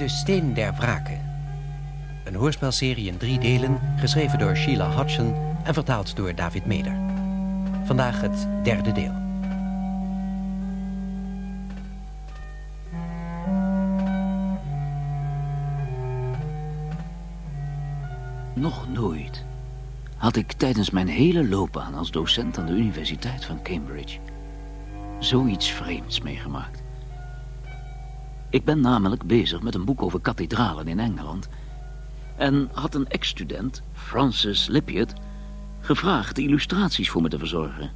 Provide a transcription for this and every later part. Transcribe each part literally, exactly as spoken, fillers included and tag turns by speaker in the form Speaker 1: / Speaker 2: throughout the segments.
Speaker 1: De Steen der Wraken. Een hoorspelserie in drie delen, geschreven door Sheila Hodgson en vertaald door David Meder. Vandaag het derde deel.
Speaker 2: Nog nooit had ik tijdens mijn hele loopbaan als docent aan de Universiteit van Cambridge zoiets vreemds meegemaakt. Ik ben namelijk bezig met een boek over kathedralen in Engeland en had een ex-student, Francis Lippiot, gevraagd de illustraties voor me te verzorgen.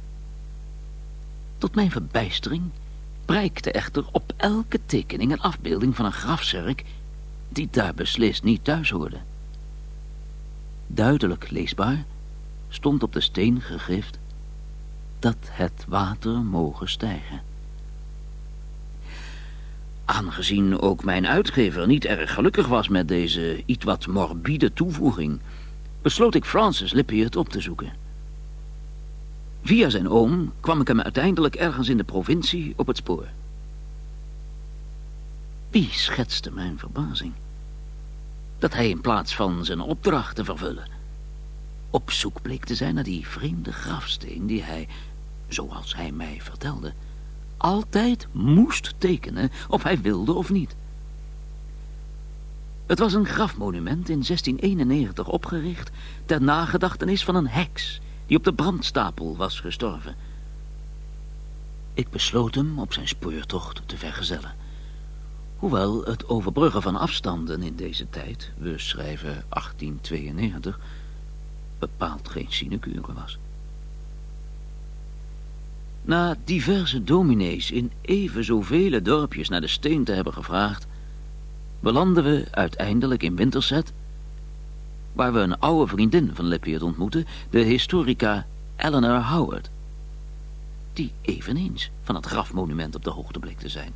Speaker 2: Tot mijn verbijstering prijkte echter op elke tekening een afbeelding van een grafzerk die daar beslist niet thuis hoorde. Duidelijk leesbaar stond op de steen gegrift dat het water mogen stijgen. Aangezien ook mijn uitgever niet erg gelukkig was met deze ietwat morbide toevoeging, besloot ik Francis Lippiot op te zoeken. Via zijn oom kwam ik hem uiteindelijk ergens in de provincie op het spoor. Wie schetste mijn verbazing? Dat hij in plaats van zijn opdracht te vervullen op zoek bleek te zijn naar die vreemde grafsteen die hij, zoals hij mij vertelde, altijd moest tekenen of hij wilde of niet. Het was een grafmonument in zestien eenennegentig opgericht ter nagedachtenis van een heks die op de brandstapel was gestorven. Ik besloot hem op zijn speurtocht te vergezellen. Hoewel het overbruggen van afstanden in deze tijd, we schrijven achttien tweeënnegentig, bepaald geen sinecure was. Na diverse dominees in even zoveel dorpjes naar de steen te hebben gevraagd, belanden we uiteindelijk in Winterset, waar we een oude vriendin van Lippiot ontmoetten, de historica Eleanor Howard, die eveneens van het grafmonument op de hoogte bleek te zijn.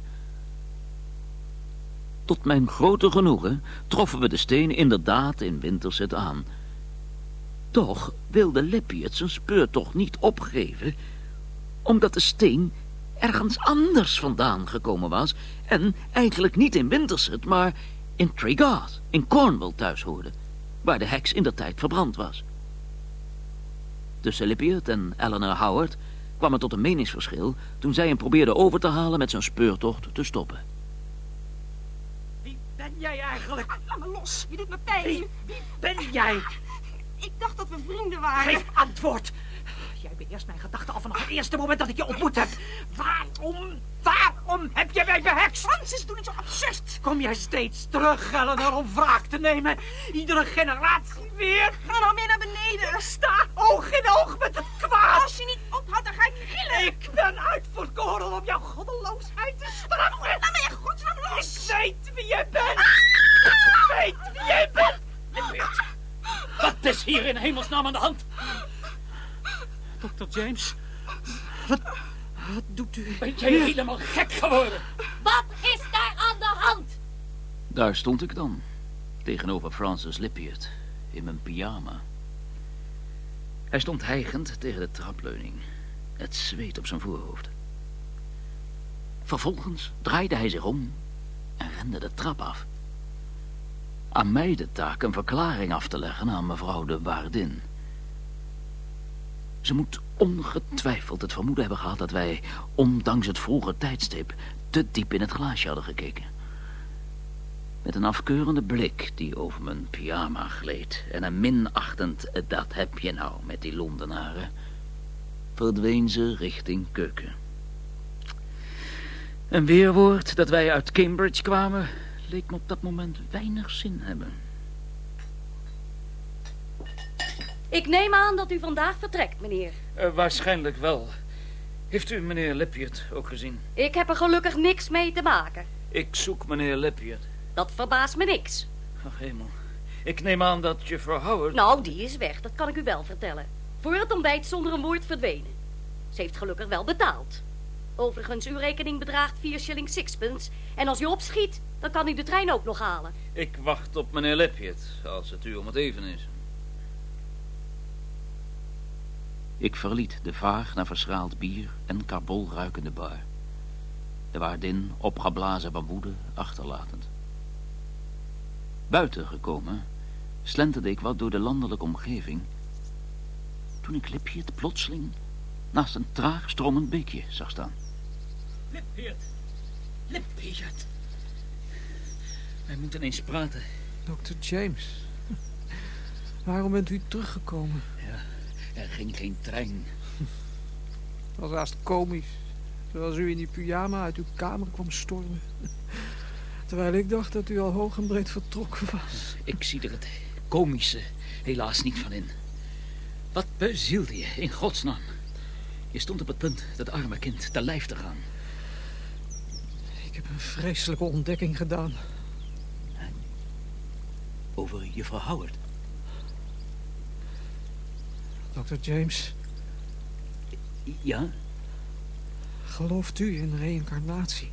Speaker 2: Tot mijn grote genoegen troffen we de steen inderdaad in Winterset aan. Toch wilde Lippiot zijn speurtocht niet opgeven, omdat de steen ergens anders vandaan gekomen was en eigenlijk niet in Winterset, maar in Tregarth, in Cornwall thuis hoorde, waar de heks indertijd verbrand was. Tussen Lippiot en Eleanor Howard kwam het tot een meningsverschil toen zij hem probeerde over te halen met zijn speurtocht te stoppen.
Speaker 3: Wie ben jij eigenlijk?
Speaker 4: Laat me los, je doet me pijn.
Speaker 3: Wie, wie ben jij?
Speaker 4: Ik dacht dat we vrienden waren.
Speaker 3: Geef antwoord. Jij beheerst mijn gedachten al vanaf het eerste moment dat ik je ontmoet heb. Waarom, waarom heb je mij behekst?
Speaker 4: Francis, doe niet zo absurd.
Speaker 3: Kom jij steeds terug, Eleanor, om wraak te nemen? Iedere generatie weer?
Speaker 4: Ga nou meer naar beneden.
Speaker 3: Ik sta oog in oog met het kwaad.
Speaker 4: Als je niet ophoudt, dan ga ik gillen.
Speaker 3: Ik ben uitverkoren om jouw goddeloosheid te straffen.
Speaker 4: Laat me in godsnaam los.
Speaker 3: Ik weet wie jij bent. Ik weet wie jij bent. Lippiot, wat is hier in hemelsnaam aan de hand? dokter James, wat, wat doet u? Ben jij helemaal gek geworden?
Speaker 5: Wat is daar aan de hand?
Speaker 2: Daar stond ik dan, tegenover Francis Lippiot, in mijn pyjama. Hij stond hijgend tegen de trapleuning, het zweet op zijn voorhoofd. Vervolgens draaide hij zich om en rende de trap af. Aan mij de taak een verklaring af te leggen aan mevrouw de waardin. Ze moet ongetwijfeld het vermoeden hebben gehad dat wij, ondanks het vroege tijdstip, te diep in het glaasje hadden gekeken. Met een afkeurende blik die over mijn pyjama gleed en een minachtend, dat heb je nou met die Londenaren, verdween ze richting keuken. Een weerwoord dat wij uit Cambridge kwamen, leek me op dat moment weinig zin hebben.
Speaker 5: Ik neem aan dat u vandaag vertrekt, meneer.
Speaker 6: Uh, waarschijnlijk wel. Heeft u meneer Lippiot ook gezien?
Speaker 5: Ik heb er gelukkig niks mee te maken.
Speaker 6: Ik zoek meneer Lippiot.
Speaker 5: Dat verbaast me niks.
Speaker 6: Ach, hemel. Ik neem aan dat juffrouw Howard...
Speaker 5: Nou, die is weg, dat kan ik u wel vertellen. Voor het ontbijt zonder een woord verdwenen. Ze heeft gelukkig wel betaald. Overigens, uw rekening bedraagt vier shilling sixpence. En als u opschiet, dan kan u de trein ook nog halen.
Speaker 6: Ik wacht op meneer Lippiot, als het u om het even is.
Speaker 2: Ik verliet de vaag naar verschraald bier en karbol ruikende bar. De waardin opgeblazen van woede achterlatend. Buiten gekomen, slenterde ik wat door de landelijke omgeving, toen ik Lipjeert plotseling naast een traag stromend beekje zag staan.
Speaker 3: Lipjeert. Lipjeert. Wij moeten eens praten.
Speaker 7: dokter James. Waarom bent u teruggekomen?
Speaker 3: Ja, er ging geen trein.
Speaker 7: Het was haast komisch. Zoals u in die pyjama uit uw kamer kwam stormen. Terwijl ik dacht dat u al hoog en breed vertrokken was.
Speaker 3: Ik zie er het komische helaas niet van in. Wat bezielde je, in godsnaam? Je stond op het punt dat arme kind te lijf te gaan.
Speaker 7: Ik heb een vreselijke ontdekking gedaan.
Speaker 3: Over juffrouw Howard.
Speaker 7: dokter James.
Speaker 3: Ja?
Speaker 7: Gelooft u in reïncarnatie?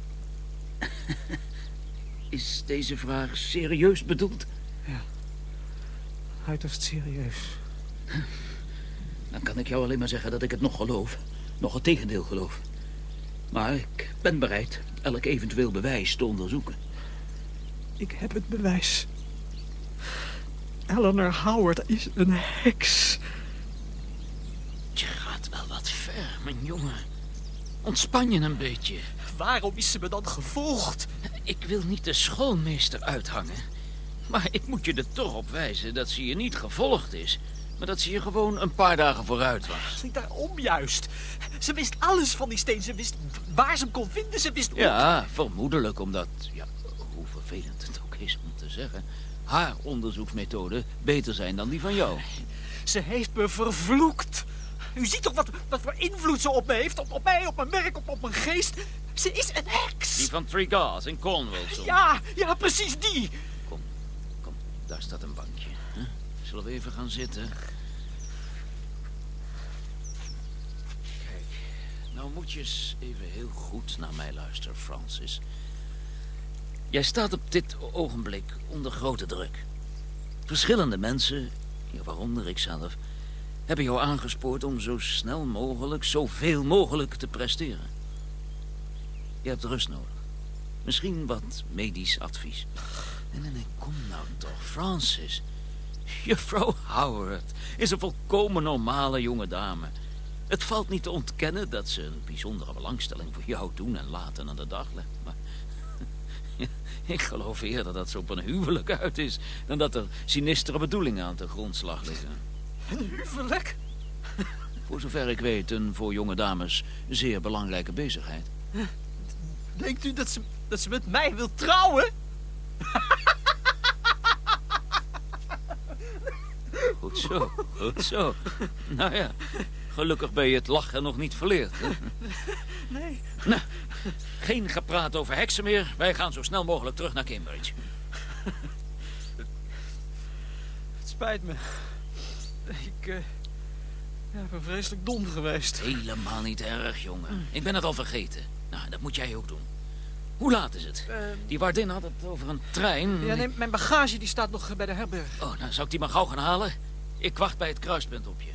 Speaker 3: Is deze vraag serieus bedoeld?
Speaker 7: Ja. Uiterst serieus.
Speaker 3: Dan kan ik jou alleen maar zeggen dat ik het nog geloof. Nog het tegendeel geloof. Maar ik ben bereid elk eventueel bewijs te onderzoeken.
Speaker 7: Ik heb het bewijs. Eleanor Howard is een heks.
Speaker 3: Je gaat wel wat ver, mijn jongen. Ontspan je een beetje.
Speaker 7: Waarom is ze me dan gevolgd?
Speaker 3: Ik wil niet de schoolmeester uithangen. Maar ik moet je er toch op wijzen dat ze je niet gevolgd is. Maar dat ze je gewoon een paar dagen vooruit was.
Speaker 7: Het ging daarom juist. Ze wist alles van die steen. Ze wist waar ze hem kon vinden. Ze wist ook...
Speaker 3: Ja, vermoedelijk omdat, ja, hoe vervelend het ook is om te zeggen, haar onderzoeksmethoden beter zijn dan die van jou.
Speaker 7: Ze heeft me vervloekt. U ziet toch wat, wat voor invloed ze op me heeft? Op, op mij, op mijn werk, op, op mijn geest. Ze is een heks.
Speaker 3: Die van Tregas in Cornwall, zo.
Speaker 7: Ja, ja, precies die.
Speaker 3: Kom, kom, daar staat een bankje. Hè? Zullen we even gaan zitten? Kijk, nou moet je eens even heel goed naar mij luisteren, Francis. Jij staat op dit ogenblik onder grote druk. Verschillende mensen, ja, waaronder ikzelf, hebben jou aangespoord om zo snel mogelijk, zoveel mogelijk te presteren. Je hebt rust nodig. Misschien wat medisch advies. Nee, nee, nee, kom nou toch, Francis. Juffrouw Howard is een volkomen normale jonge dame. Het valt niet te ontkennen dat ze een bijzondere belangstelling voor jou doen en laten aan de dag legt. Maar ik geloof eerder dat ze op een huwelijk uit is dan dat er sinistere bedoelingen aan de grondslag liggen.
Speaker 7: Een huwelijk?
Speaker 3: Voor zover ik weet een voor jonge dames zeer belangrijke bezigheid.
Speaker 7: Denkt u dat ze, dat ze met mij wil trouwen?
Speaker 3: Goed zo, goed zo. Nou ja, gelukkig ben je het lachen nog niet verleerd. Hè?
Speaker 7: Nee.
Speaker 3: Nou, geen gepraat over heksen meer. Wij gaan zo snel mogelijk terug naar Cambridge.
Speaker 7: Het spijt me. Ik uh, ja, ben vreselijk dom geweest.
Speaker 3: Helemaal niet erg, jongen. Ik ben het al vergeten. Nou, dat moet jij ook doen. Hoe laat is het?
Speaker 7: Uh,
Speaker 3: die waardin had het over een trein.
Speaker 7: Ja, nee, mijn bagage die staat nog bij de herberg.
Speaker 3: Oh, nou zou ik die maar gauw gaan halen? Ik wacht bij het kruispunt op je.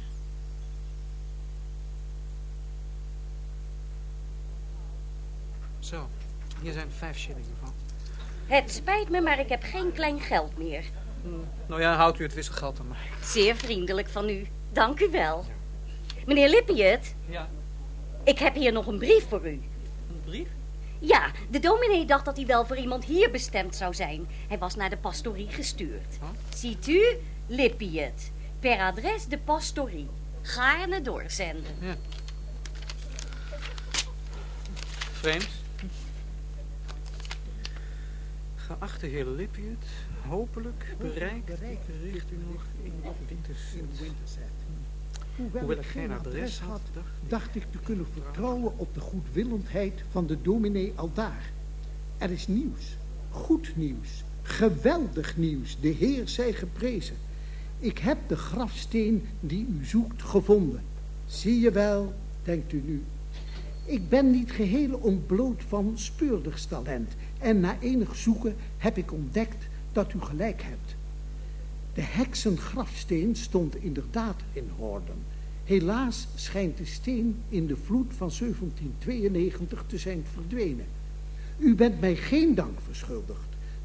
Speaker 7: Zo, hier zijn vijf shillingen van.
Speaker 5: Het spijt me, maar ik heb geen klein geld meer.
Speaker 7: Hmm. Nou ja, houdt u het wisselgeld aan mij.
Speaker 5: Zeer vriendelijk van u. Dank u wel. Meneer Lippiet,
Speaker 7: Ja,
Speaker 5: ik heb hier nog een brief voor u.
Speaker 7: een brief?
Speaker 5: Ja, de dominee dacht dat hij wel voor iemand hier bestemd zou zijn. Hij was naar de pastorie gestuurd.
Speaker 7: Huh?
Speaker 5: Ziet u? Lippiet. Per adres de pastorie. Gaarne doorzenden.
Speaker 7: Ja. Vreemd. Geachte heer Lippiet, hopelijk bereikt ik richt u nog in Winterset.
Speaker 8: Hoewel ik geen adres had, dacht ik te kunnen vertrouwen op de goedwillendheid van de dominee aldaar. Er is nieuws, goed nieuws, geweldig nieuws, de Heer zij geprezen. Ik heb de grafsteen die u zoekt gevonden. Zie je wel, denkt u nu. Ik ben niet geheel ontbloot van speurderstalent en na enig zoeken heb ik ontdekt dat u gelijk hebt. De heksengrafsteen stond inderdaad in Horden. Helaas schijnt de steen in de vloed van zeventienhonderdtweeënnegentig te zijn verdwenen. U bent mij geen dank verschuldigd.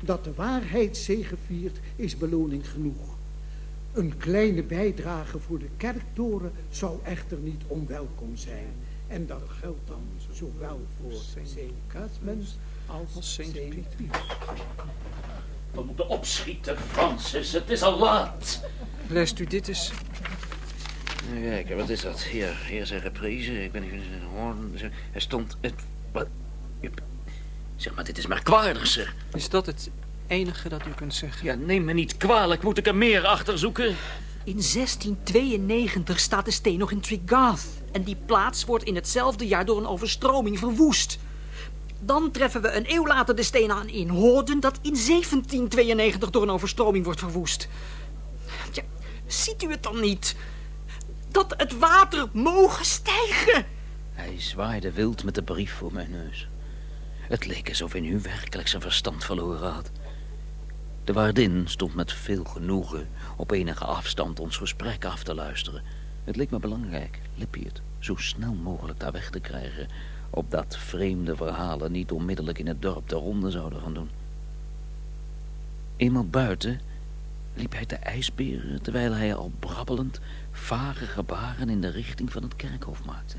Speaker 8: Dat de waarheid zegeviert is beloning genoeg. Een kleine bijdrage voor de kerktoren zou echter niet onwelkom zijn. En dat geldt dan zowel voor Saint Cadmans als Saint Pieter.
Speaker 6: We moeten opschieten, Francis. Het is al laat.
Speaker 7: Leest u dit eens?
Speaker 2: Nou, kijk, wat is dat? Hier, hier zijn reprises. Ik ben even in hoorn. Er stond... Het, wat? Zeg maar, dit is merkwaardig, zeg.
Speaker 7: Is dat het enige dat u kunt zeggen?
Speaker 6: Ja, neem me niet kwalijk. Moet ik er meer achter zoeken?
Speaker 9: In zestien tweeënnegentig staat de steen nog in Tregarth. En die plaats wordt in hetzelfde jaar door een overstroming verwoest. Dan treffen we een eeuw later de steen aan in Horden, dat in zeventien tweeënnegentig door een overstroming wordt verwoest. Ja, ziet u het dan niet? Dat het water mogen stijgen.
Speaker 2: Hij zwaaide wild met de brief voor mijn neus. Het leek alsof hij nu werkelijk zijn verstand verloren had. De waardin stond met veel genoegen op enige afstand ons gesprek af te luisteren. Het leek me belangrijk Lippiert zo snel mogelijk daar weg te krijgen, opdat vreemde verhalen niet onmiddellijk in het dorp de ronde zouden gaan doen. Eenmaal buiten liep hij te ijsberen, terwijl hij al brabbelend vage gebaren in de richting van het kerkhof maakte.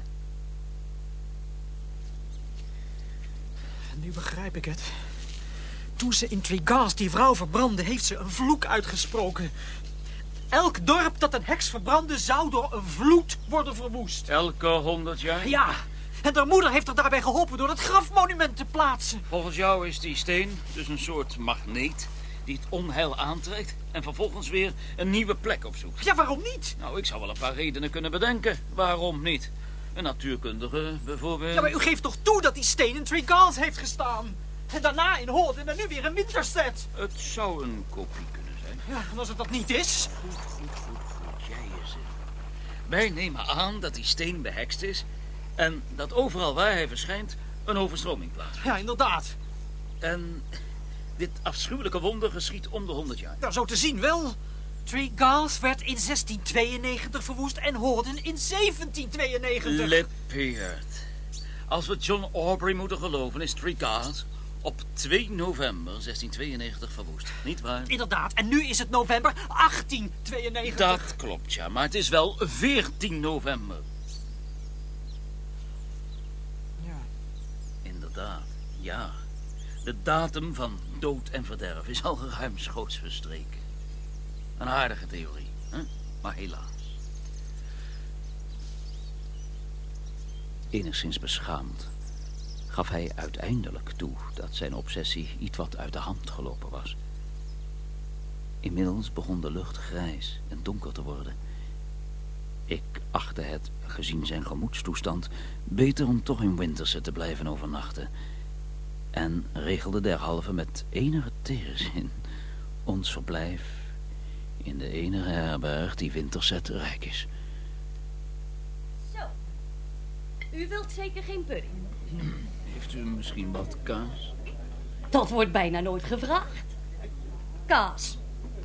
Speaker 9: Nu begrijp ik het. Toen ze in Tregarth die vrouw verbrandde, heeft ze een vloek uitgesproken. Elk dorp dat een heks verbrandde, zou door een vloed worden verwoest.
Speaker 6: Elke honderd jaar?
Speaker 9: Ja, en haar moeder heeft er daarbij geholpen door het grafmonument te plaatsen.
Speaker 6: Volgens jou is die steen dus een soort magneet die het onheil aantrekt en vervolgens weer een nieuwe plek opzoekt.
Speaker 9: Ja, waarom niet?
Speaker 6: Nou, ik zou wel een paar redenen kunnen bedenken. Waarom niet? Een natuurkundige, bijvoorbeeld.
Speaker 9: Ja, maar u geeft toch toe dat die steen in Tregarth heeft gestaan? En daarna in Horden en nu weer in Winterstead.
Speaker 6: Het zou een kopie kunnen zijn.
Speaker 9: Ja, en als het dat niet is?
Speaker 6: Goed, goed, goed, goed. Jij is het. Wij nemen aan dat die steen behekst is en dat overal waar hij verschijnt een overstroming plaatsvindt.
Speaker 9: Ja, inderdaad.
Speaker 6: En dit afschuwelijke wonder geschiet om de honderd jaar.
Speaker 9: Nou, zo te zien wel. Tregarth werd in zestien tweeënnegentig verwoest en Horden in zeventien tweeënnegentig.
Speaker 6: Lippiert. Als we John Aubrey moeten geloven, is Tregarth op twee november zestien tweeënnegentig verwoest. Niet waar?
Speaker 9: Inderdaad. En nu is het november achttien tweeënnegentig.
Speaker 6: Dat klopt, ja. Maar het is wel veertien november.
Speaker 7: Ja.
Speaker 6: Inderdaad, ja. De datum van dood en verderf is al ruimschoots verstreken. Een aardige theorie, hè? Maar helaas.
Speaker 2: Enigszins beschaamd gaf hij uiteindelijk toe dat zijn obsessie iets wat uit de hand gelopen was. Inmiddels begon de lucht grijs en donker te worden. Ik achtte het, gezien zijn gemoedstoestand, beter om toch in Winterset te blijven overnachten en regelde derhalve met enige tegenzin ons verblijf in de enige herberg die Winterset rijk is.
Speaker 5: Zo. U wilt zeker geen pudding?
Speaker 2: Heeft u misschien wat kaas?
Speaker 5: Dat wordt bijna nooit gevraagd. Kaas.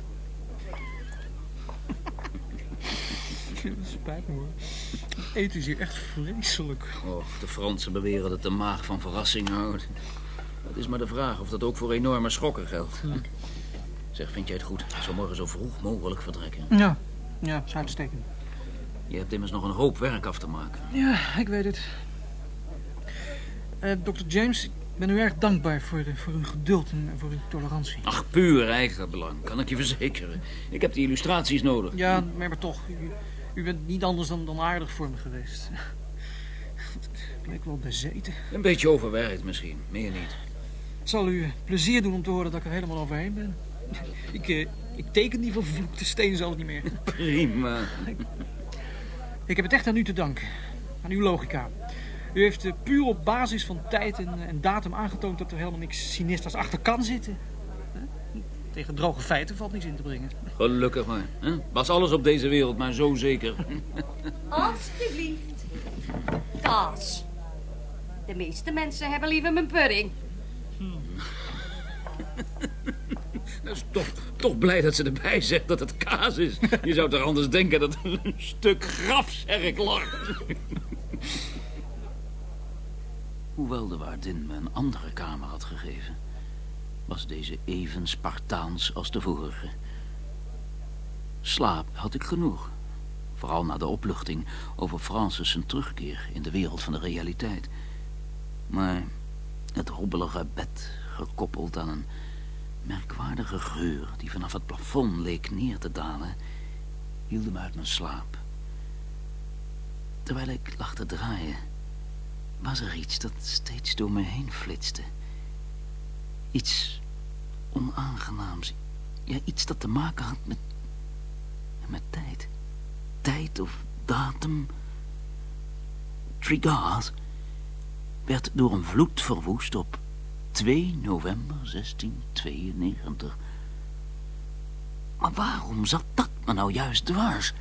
Speaker 7: Spijt me hoor. Eten is hier echt vreselijk.
Speaker 2: Och, de Fransen beweren dat de maag van verrassing houdt. Het is maar de vraag of dat ook voor enorme schokken geldt. Hm. Zeg, vind jij het goed? Ik zal morgen zo vroeg mogelijk vertrekken.
Speaker 7: Ja, ja, is uitstekend.
Speaker 2: Je hebt immers nog een hoop werk af te maken.
Speaker 7: Ja, ik weet het. Uh, dokter James, ik ben u erg dankbaar voor, de, voor uw geduld en voor uw tolerantie.
Speaker 2: Ach, puur eigenbelang, kan ik je verzekeren. Ik heb die illustraties nodig.
Speaker 7: Ja, maar, maar toch, u, u bent niet anders dan, dan aardig voor me geweest. Ik leek wel bezeten.
Speaker 2: Een beetje overwerkt misschien, meer niet.
Speaker 7: Het zal u plezier doen om te horen dat ik er helemaal overheen ben. Ik, uh, ik teken die vervloekte steen zelf niet meer.
Speaker 2: Prima.
Speaker 7: Ik, ik heb het echt aan u te danken. Aan uw logica. U heeft uh, puur op basis van tijd en, en datum aangetoond dat er helemaal niks sinisters achter kan zitten. Huh? Tegen droge feiten valt niets in te brengen.
Speaker 2: Gelukkig maar. Hè? Was alles op deze wereld maar zo zeker.
Speaker 5: Alsjeblieft. Kaas. De meeste mensen hebben liever mijn pudding.
Speaker 2: Hmm. Dat is toch, toch blij dat ze erbij zegt dat het kaas is. Je zou toch anders denken dat het een stuk grafzerk lag. Hoewel de waardin me een andere kamer had gegeven, was deze even Spartaans als de vorige. Slaap had ik genoeg. Vooral na de opluchting over Francis' zijn terugkeer in de wereld van de realiteit. Maar het robbelige bed, gekoppeld aan een merkwaardige geur die vanaf het plafond leek neer te dalen, hielden me uit mijn slaap. Terwijl ik lag te draaien, was er iets dat steeds door me heen flitste. Iets onaangenaams. Ja, iets dat te maken had met... met tijd. Tijd of datum. Tregarth werd door een vloed verwoest op twee november zestienhonderdtweeënnegentig. Maar waarom zat dat me nou juist dwars?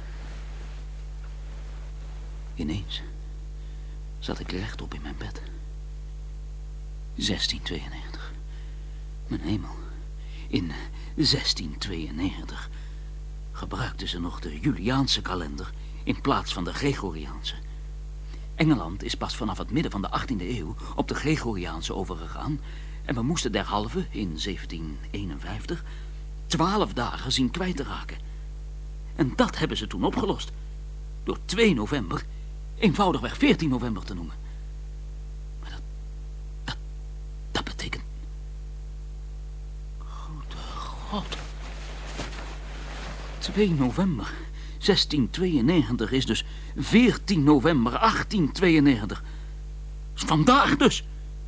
Speaker 2: Ineens zat ik rechtop in mijn bed. zestienhonderdtweeënnegentig. Mijn hemel. In zestienhonderdtweeënnegentig gebruikten ze nog de Juliaanse kalender in plaats van de Gregoriaanse. Engeland is pas vanaf het midden van de achttiende eeuw op de Gregoriaanse overgegaan en we moesten derhalve in zeventienhonderdeenenvijftig twaalf dagen zien kwijt te raken. En dat hebben ze toen opgelost door twee november eenvoudigweg veertien november te noemen. Maar dat, dat, dat betekent... Grote God. twee november zestienhonderdtweeënnegentig is dus veertien november achttienhonderdtweeënnegentig. Vandaag dus.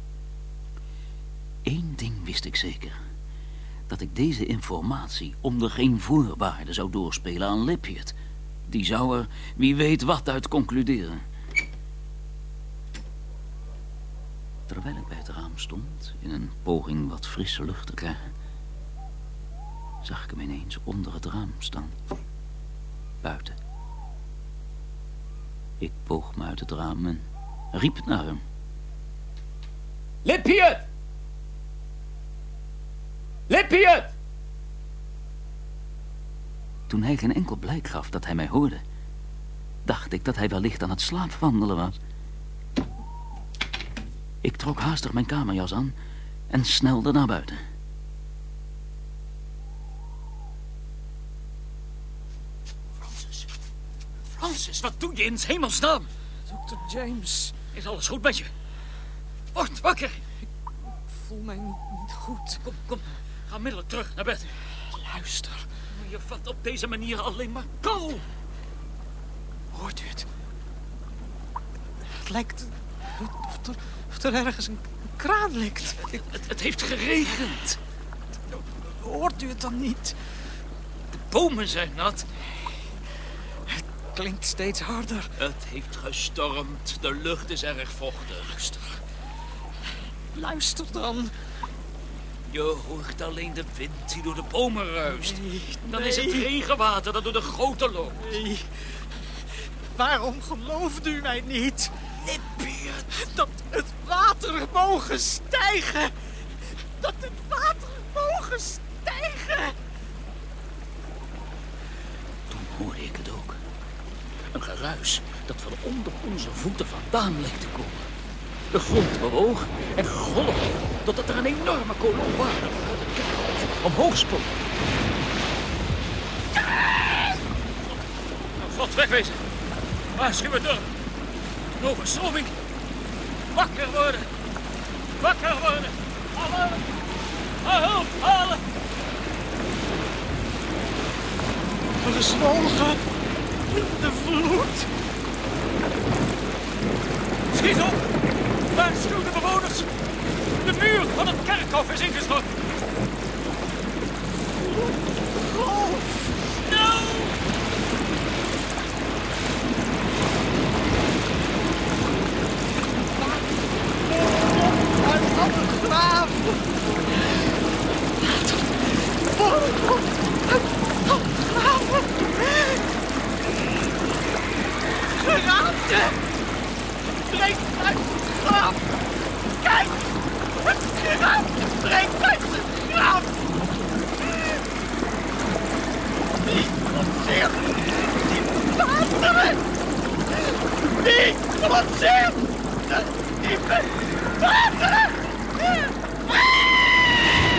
Speaker 2: Eén ding wist ik zeker. Dat ik deze informatie onder geen voorwaarde zou doorspelen aan Lippiot. Die zou er wie weet wat uit concluderen. Terwijl ik bij het raam stond, in een poging wat frisse lucht te krijgen, zag ik hem ineens onder het raam staan. Buiten. Ik boog me uit het raam en riep naar hem.
Speaker 3: Lippiot! Lippiot!
Speaker 2: Toen hij geen enkel blijk gaf dat hij mij hoorde, dacht ik dat hij wellicht aan het slaapwandelen was. Ik trok haastig mijn kamerjas aan en snelde naar buiten.
Speaker 3: Francis, Francis, wat doe je in 's hemelsnaam?
Speaker 9: dokter James.
Speaker 3: Is alles goed met je? Word wakker.
Speaker 9: Ik voel mij niet, niet goed.
Speaker 3: Kom, kom, ga onmiddellijk terug naar bed.
Speaker 9: Luister.
Speaker 3: Je vat op deze manier alleen maar kou.
Speaker 9: Hoort u het? Het lijkt of er, of er ergens een kraan ligt.
Speaker 3: Het, het, het heeft geregend.
Speaker 9: Hoort u het dan niet?
Speaker 3: De bomen zijn nat.
Speaker 9: Het klinkt steeds harder.
Speaker 3: Het heeft gestormd. De lucht is erg vochtig.
Speaker 9: Luister. Luister dan.
Speaker 3: Je hoort alleen de wind die door de bomen ruist.
Speaker 9: Nee,
Speaker 3: Dan
Speaker 9: nee.
Speaker 3: is het regenwater dat door de goten loopt.
Speaker 9: Nee. Waarom gelooft u mij niet?
Speaker 3: Lippiot.
Speaker 9: Dat het water mogen stijgen. Dat het water mogen stijgen.
Speaker 2: Toen hoorde ik het ook.
Speaker 3: Een geruis dat van onder onze voeten vandaan leek te komen. De grond bewoog en golfde totdat er een enorme kolom water vanuit het kerkhof omhoog sprong. Nou, vlot wegwezen. Waarschuw het dorp. Een overstroming. Wakker worden. Wakker worden. Alarm. Hulp halen.
Speaker 9: Verzwolgen. De vloed.
Speaker 3: Schiet op. Waarschuw de bewoners. De muur van het kerkhof is ingestort.
Speaker 9: Golf.
Speaker 3: No!
Speaker 9: Uit alle graven. Water. Uit alle graven. Geraamte. Breekt uit het graf. Kijk. Het geraamte breekt uit het graf. Die ontzegt. Die wateren. Die ontzegt. Die wateren.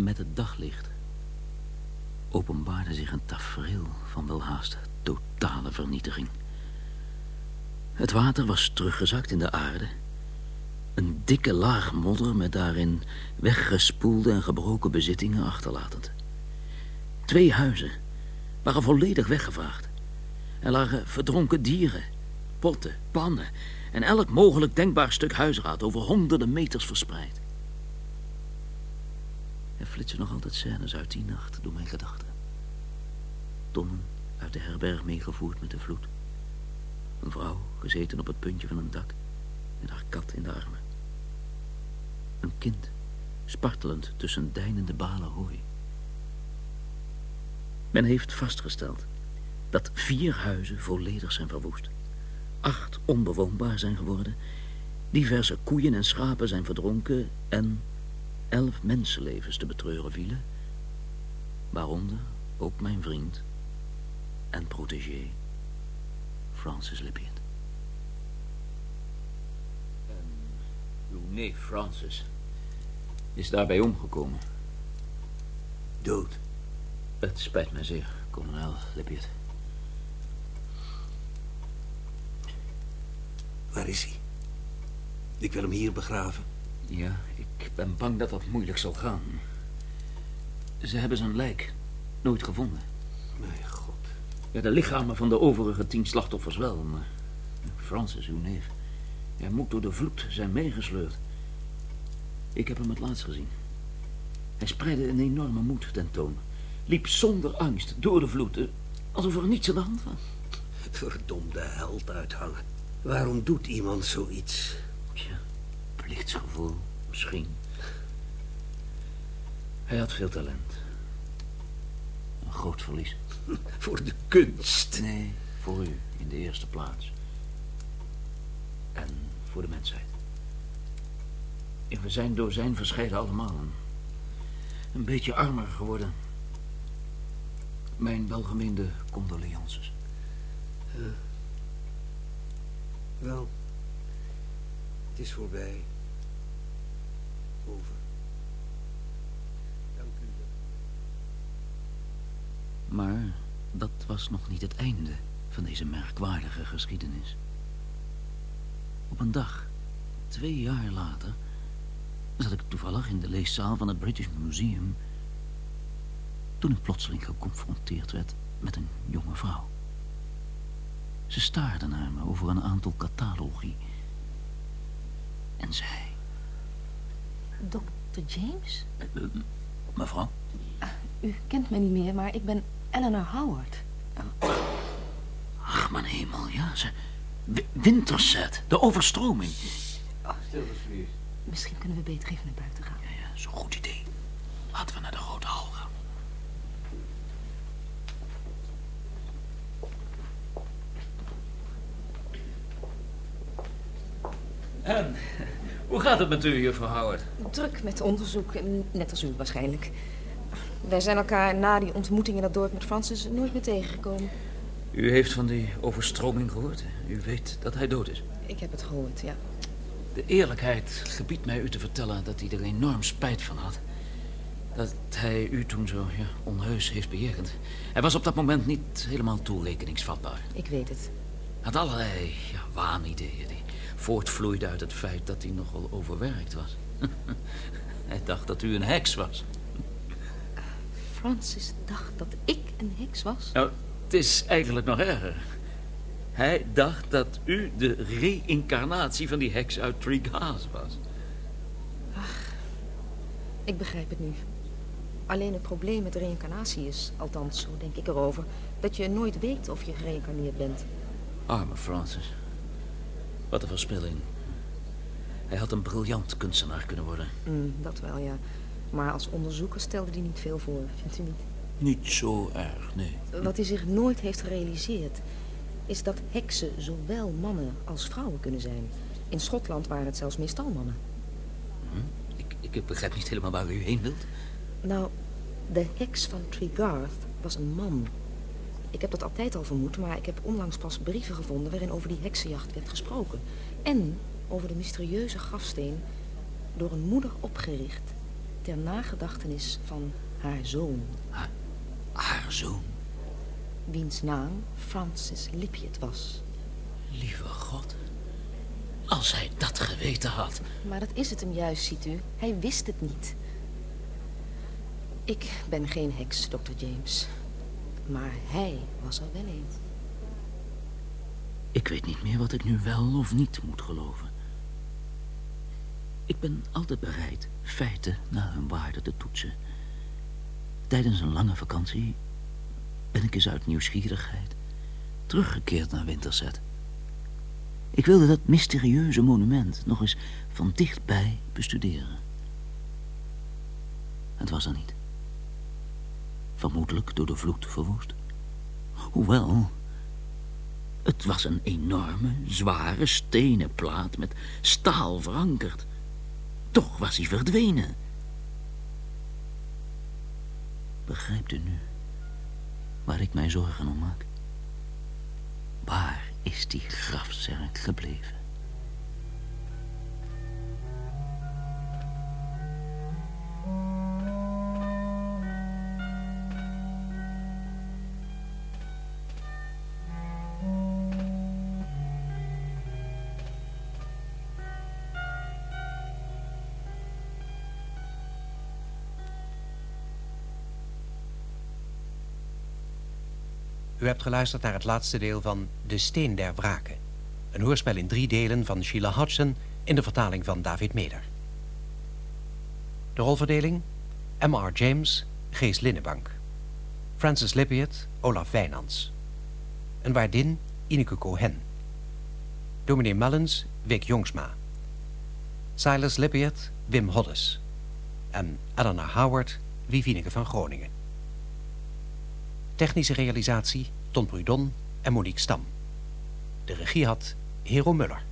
Speaker 2: Met het daglicht openbaarde zich een tafereel van welhaast totale vernietiging. Het water was teruggezakt in de aarde. Een dikke laag modder met daarin weggespoelde en gebroken bezittingen achterlatend. Twee huizen waren volledig weggevaagd. Er lagen verdronken dieren, potten, pannen en elk mogelijk denkbaar stuk huisraad over honderden meters verspreid. Er flitsen nog altijd scènes uit die nacht door mijn gedachten. Tonnen uit de herberg meegevoerd met de vloed. Een vrouw gezeten op het puntje van een dak met haar kat in de armen. Een kind spartelend tussen deinende balen hooi. Men heeft vastgesteld dat vier huizen volledig zijn verwoest. Acht onbewoonbaar zijn geworden. Diverse koeien en schapen zijn verdronken en elf mensenlevens te betreuren vielen. Waaronder ook mijn vriend en protégé Francis Lippitt. En uw neef Francis is daarbij omgekomen.
Speaker 10: Dood?
Speaker 2: Het spijt mij zeer, kolonel Lippitt.
Speaker 10: Waar is hij? Ik wil hem hier begraven.
Speaker 2: Ja, ik ben bang dat dat moeilijk zal gaan. Ze hebben zijn lijk nooit gevonden.
Speaker 10: Mijn god.
Speaker 2: Ja, de lichamen van de overige tien slachtoffers wel, maar Francis, uw neef, hij moet door de vloed zijn meegesleurd. Ik heb hem het laatst gezien. Hij spreidde een enorme moed tentoon. Liep zonder angst door de vloed, alsof er niets aan de hand was.
Speaker 10: Verdomde held uithangen. Waarom doet iemand zoiets?
Speaker 2: Tja, plichtsgevoel, misschien. Hij had veel talent. Een groot verlies.
Speaker 10: Voor de kunst?
Speaker 2: Nee, voor u in de eerste plaats. En voor de mensheid. En we zijn door zijn verscheiden allemaal een, een beetje armer geworden. Mijn welgemeende condolences.
Speaker 10: Uh, wel, het is voorbij. Over. Dank u wel.
Speaker 2: Maar dat was nog niet het einde van deze merkwaardige geschiedenis. Op een dag, twee jaar later, zat ik toevallig in de leeszaal van het British Museum toen ik plotseling geconfronteerd werd met een jonge vrouw. Ze staarde naar me over een aantal catalogi en zei:
Speaker 11: dokter James?
Speaker 2: Uh, mevrouw?
Speaker 11: Uh, u kent me niet meer, maar ik ben Eleanor Howard.
Speaker 2: Uh. Ach, mijn hemel, ja. Ze... Winterset, de overstroming.
Speaker 11: Oh. Stil, alsjeblieft. Misschien kunnen we beter even naar buiten gaan.
Speaker 2: Ja, ja, zo'n goed idee. Laten we naar de grote hal gaan. En, hoe gaat het met u, juffrouw Howard?
Speaker 11: Druk met onderzoek, net als u waarschijnlijk. Wij zijn elkaar na die ontmoeting in dat dorp met Francis nooit meer tegengekomen.
Speaker 2: U heeft van die overstroming gehoord? U weet dat hij dood is?
Speaker 11: Ik heb het gehoord, ja.
Speaker 2: De eerlijkheid gebiedt mij u te vertellen dat hij er enorm spijt van had. Dat hij u toen zo ja, onheus heeft bejegend. Hij was op dat moment niet helemaal toerekeningsvatbaar.
Speaker 11: Ik weet het.
Speaker 2: Hij had allerlei ja, waanideeën die voortvloeiden uit het feit dat hij nogal overwerkt was. Hij dacht dat u een heks was.
Speaker 11: Francis dacht dat ik een heks was?
Speaker 2: Nou, het is eigenlijk nog erger. Hij dacht dat u de reïncarnatie van die heks uit Treegaas was.
Speaker 11: Ach, ik begrijp het nu. Alleen het probleem met de reïncarnatie is, althans zo denk ik erover, dat je nooit weet of je gereïncarneerd bent.
Speaker 2: Arme Francis. Wat een verspilling. Hij had een briljant kunstenaar kunnen worden.
Speaker 11: Mm, dat wel, ja. Maar als onderzoeker stelde hij niet veel voor, vindt u niet?
Speaker 2: Niet zo erg, nee.
Speaker 11: Wat hij zich nooit heeft gerealiseerd is dat heksen zowel mannen als vrouwen kunnen zijn. In Schotland waren het zelfs meestal mannen.
Speaker 2: Hm? Ik, ik begrijp niet helemaal waar u heen wilt.
Speaker 11: Nou, de heks van Treegarth was een man. Ik heb dat altijd al vermoed, maar ik heb onlangs pas brieven gevonden waarin over die heksenjacht werd gesproken. En over de mysterieuze grafsteen door een moeder opgericht ter nagedachtenis van haar zoon.
Speaker 2: Ha, haar zoon?
Speaker 11: Wiens naam Francis Lippiett was.
Speaker 2: Lieve God. Als hij dat geweten had.
Speaker 11: Maar dat is het hem juist, ziet u. Hij wist het niet. Ik ben geen heks, dokter James. Maar hij was er wel een.
Speaker 2: Ik weet niet meer wat ik nu wel of niet moet geloven. Ik ben altijd bereid feiten naar hun waarde te toetsen. Tijdens een lange vakantie ben ik eens uit nieuwsgierigheid teruggekeerd naar Winterset. Ik wilde dat mysterieuze monument nog eens van dichtbij bestuderen. Het was er niet. Vermoedelijk door de vloed verwoest. Hoewel, het was een enorme, zware stenen plaat met staal verankerd. Toch was hij verdwenen. Begrijpt u nu waar ik mij zorgen om maak? Waar is die grafzerk gebleven?
Speaker 1: U hebt geluisterd naar het laatste deel van De Steen der Wraken. Een hoorspel in drie delen van Sheila Hodgson in de vertaling van David Meder. De rolverdeling: M R James, Gees Linnebank. Francis Lippiett, Olaf Wijnands. Een waardin, Ineke Cohen. Dominee Mullins, Wick Jongsma. Silas Lippiett, Wim Hoddes. En Eleanor Howard, Wivineke van Groningen. Technische realisatie Ton Prudon en Monique Stam. De regie had Hero Muller.